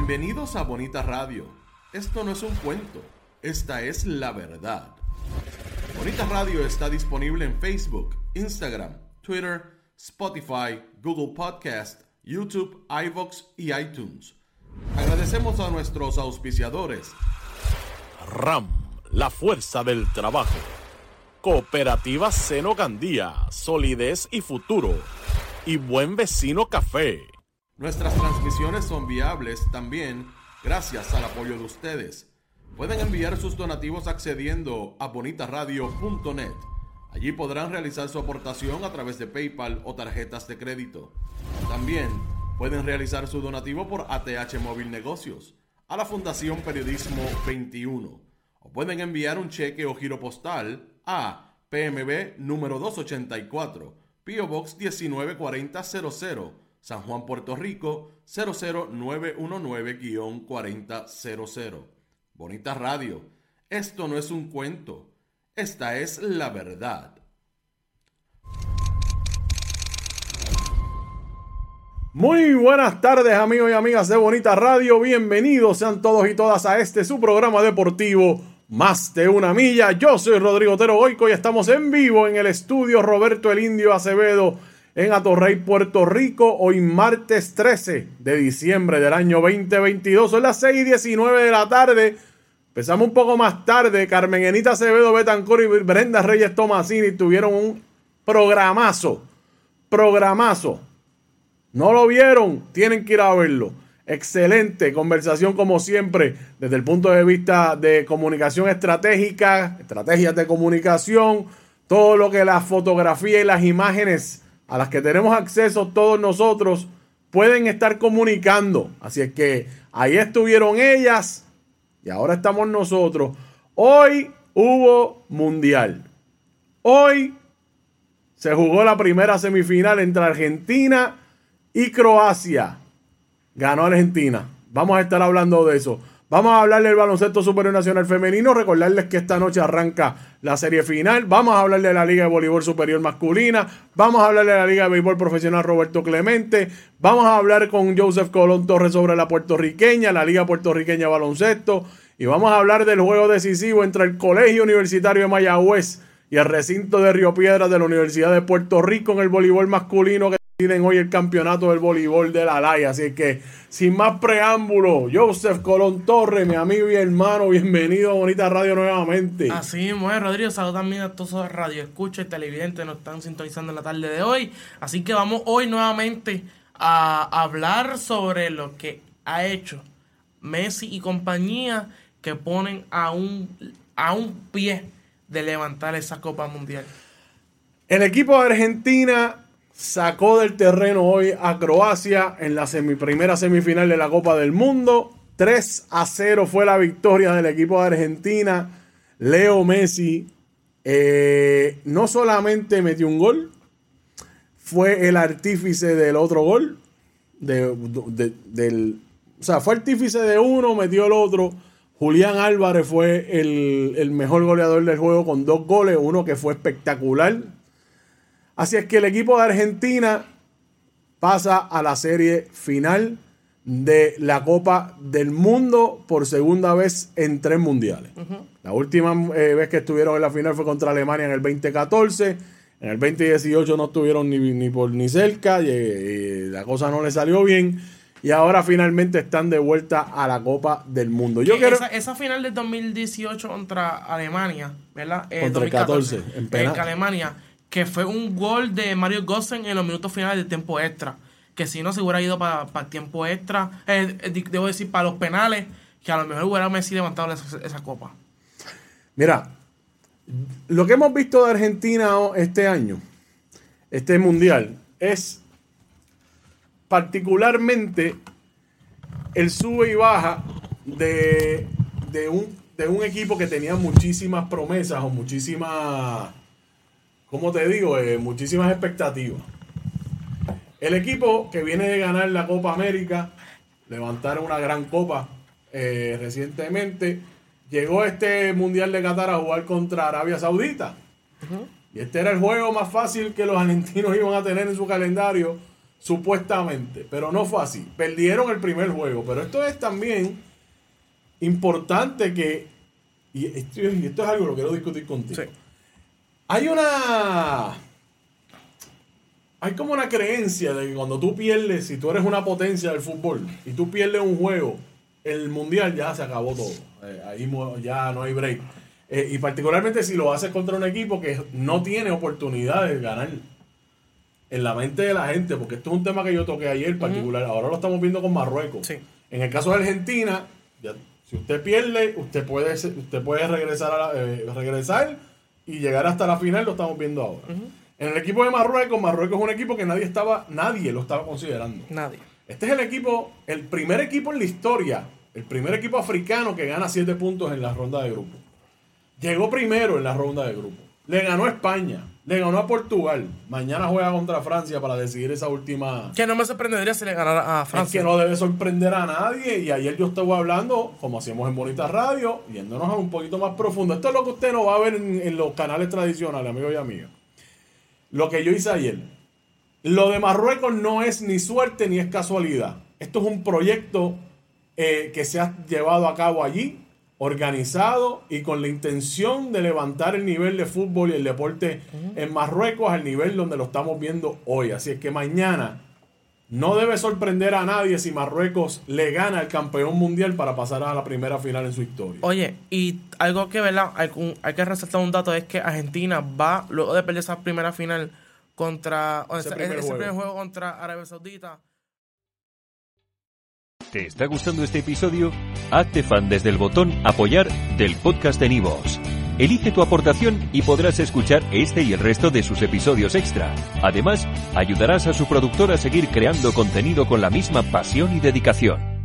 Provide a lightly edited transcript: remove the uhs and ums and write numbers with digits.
Bienvenidos a Bonita Radio. Esto no es un cuento, esta es la verdad. Bonita Radio está disponible en Facebook, Instagram, Twitter, Spotify, Google Podcast, YouTube, iVoox y iTunes. Agradecemos a nuestros auspiciadores. RAM, la fuerza del trabajo. Cooperativa Seno Gandía, solidez y futuro. Y Buen Vecino Café. Nuestras transmisiones son viables también gracias al apoyo de ustedes. Pueden enviar sus donativos accediendo a bonitaradio.net. Allí podrán realizar su aportación a través de PayPal o tarjetas de crédito. También pueden realizar su donativo por ATH Móvil Negocios a la Fundación Periodismo 21. O pueden enviar un cheque o giro postal a PMB número 284, P.O. Box 194000, San Juan, Puerto Rico, 00919-4000. Bonita Radio. Esto no es un cuento. Esta es la verdad. Muy buenas tardes, amigos y amigas de Bonita Radio. Bienvenidos sean todos y todas a este su programa deportivo Más de una Milla. Yo soy Rodrigo Otero Goico y estamos en vivo en el estudio Roberto el Indio Acevedo en Atorrey, Puerto Rico, hoy martes 13 de diciembre del año 2022. Son las 6:19 de la tarde. Empezamos un poco más tarde. Carmen Enita Acevedo Betancor y Brenda Reyes Tomasini tuvieron un programazo. ¿No lo vieron? Tienen que ir a verlo. Excelente conversación como siempre desde el punto de vista de comunicación estratégica, estrategias de comunicación, todo lo que la fotografía y las imágenes a las que tenemos acceso todos nosotros pueden estar comunicando. Así es que ahí estuvieron ellas y ahora estamos nosotros. Hoy hubo mundial. Hoy se jugó la primera semifinal entre Argentina y Croacia. Ganó Argentina. Vamos a estar hablando de eso. Vamos a hablar del baloncesto superior nacional femenino. Recordarles que esta noche arranca la serie final. Vamos a hablar de la Liga de Voleibol Superior masculina. Vamos a hablar de la Liga de Béisbol Profesional Roberto Clemente. Vamos a hablar con Joseph Colón Torres sobre la puertorriqueña, la Liga Puertorriqueña de Baloncesto. Y vamos a hablar del juego decisivo entre el Colegio Universitario de Mayagüez y el recinto de Río Piedras de la Universidad de Puerto Rico en el voleibol masculino, que deciden hoy el campeonato del voleibol de la LAI. Así que, sin más preámbulo, Joseph Colón Torres, mi amigo y hermano, bienvenido a Bonita Radio nuevamente. Así mismo es, Rodrigo. Saludos también a todos los radioescuchas y televidentes que nos están sintonizando en la tarde de hoy. Así que vamos hoy nuevamente a hablar sobre lo que ha hecho Messi y compañía, que ponen a un pie de levantar esa Copa Mundial. El equipo de Argentina sacó del terreno hoy a Croacia en la primera semifinal de la Copa del Mundo. 3-0 fue la victoria del equipo de Argentina. Leo Messi no solamente metió un gol, fue el artífice del otro gol. Fue artífice de uno, metió el otro. Julián Álvarez fue el mejor goleador del juego con 2 goles, uno que fue espectacular. Así es que el equipo de Argentina pasa a la serie final de la Copa del Mundo por segunda vez en 3 mundiales. La última vez que estuvieron en la final fue contra Alemania en el 2014. En el 2018 no estuvieron ni cerca y la cosa no le salió bien. Y ahora finalmente están de vuelta a la Copa del Mundo. Esa final del 2018 contra Alemania, ¿verdad? Contra el 14, en penal. Alemania, que fue un gol de Mario Götze en los minutos finales del tiempo extra. Que si no se hubiera ido para el tiempo extra, debo decir, para los penales, que a lo mejor hubiera Messi levantado esa copa. Mira, lo que hemos visto de Argentina este año, este mundial, es particularmente el sube y baja de un equipo que tenía muchísimas promesas o muchísimas, ¿cómo te digo? Muchísimas expectativas. El equipo que viene de ganar la Copa América, levantar una gran copa recientemente, llegó a este Mundial de Qatar a jugar contra Arabia Saudita. Y este era el juego más fácil que los argentinos iban a tener en su calendario supuestamente, pero no fue así. Perdieron el primer juego, pero esto es también importante que, y esto es algo que quiero discutir contigo. Sí. Hay como una creencia de que cuando tú pierdes, si tú eres una potencia del fútbol y tú pierdes un juego, el mundial ya se acabó todo. Ahí ya no hay break. Y particularmente si lo haces contra un equipo que no tiene oportunidad de ganar. En la mente de la gente, porque esto es un tema que yo toqué ayer particular. Ahora lo estamos viendo con Marruecos. Sí. En el caso de Argentina, si usted pierde, usted puede regresar y llegar hasta la final. Lo estamos viendo ahora. En el equipo de Marruecos es un equipo que nadie lo estaba considerando. Nadie. Este es el primer equipo en la historia, el primer equipo africano que gana 7 puntos en la ronda de grupo. Llegó primero en la ronda de grupo. Le ganó a España, le ganó a Portugal. Mañana juega contra Francia para decidir esa última. Que no me sorprendería si le ganara a Francia. Es que no debe sorprender a nadie. Y ayer yo estuve hablando, como hacíamos en Bonita Radio, yéndonos a un poquito más profundo. Esto es lo que usted no va a ver en los canales tradicionales, amigos y amigas. Lo que yo hice ayer. Lo de Marruecos no es ni suerte ni es casualidad. Esto es un proyecto que se ha llevado a cabo allí, organizado y con la intención de levantar el nivel de fútbol y el deporte en Marruecos al nivel donde lo estamos viendo hoy. Así es que mañana no debe sorprender a nadie si Marruecos le gana al campeón mundial para pasar a la primera final en su historia. Oye, y algo que, ¿verdad? Hay que resaltar un dato, es que Argentina va, luego de perder esa primera final contra ese primer juego contra Arabia Saudita. ¿Te está gustando este episodio? Hazte fan desde el botón Apoyar del podcast de Nivos. Elige tu aportación y podrás escuchar este y el resto de sus episodios extra. Además, ayudarás a su productor a seguir creando contenido con la misma pasión y dedicación.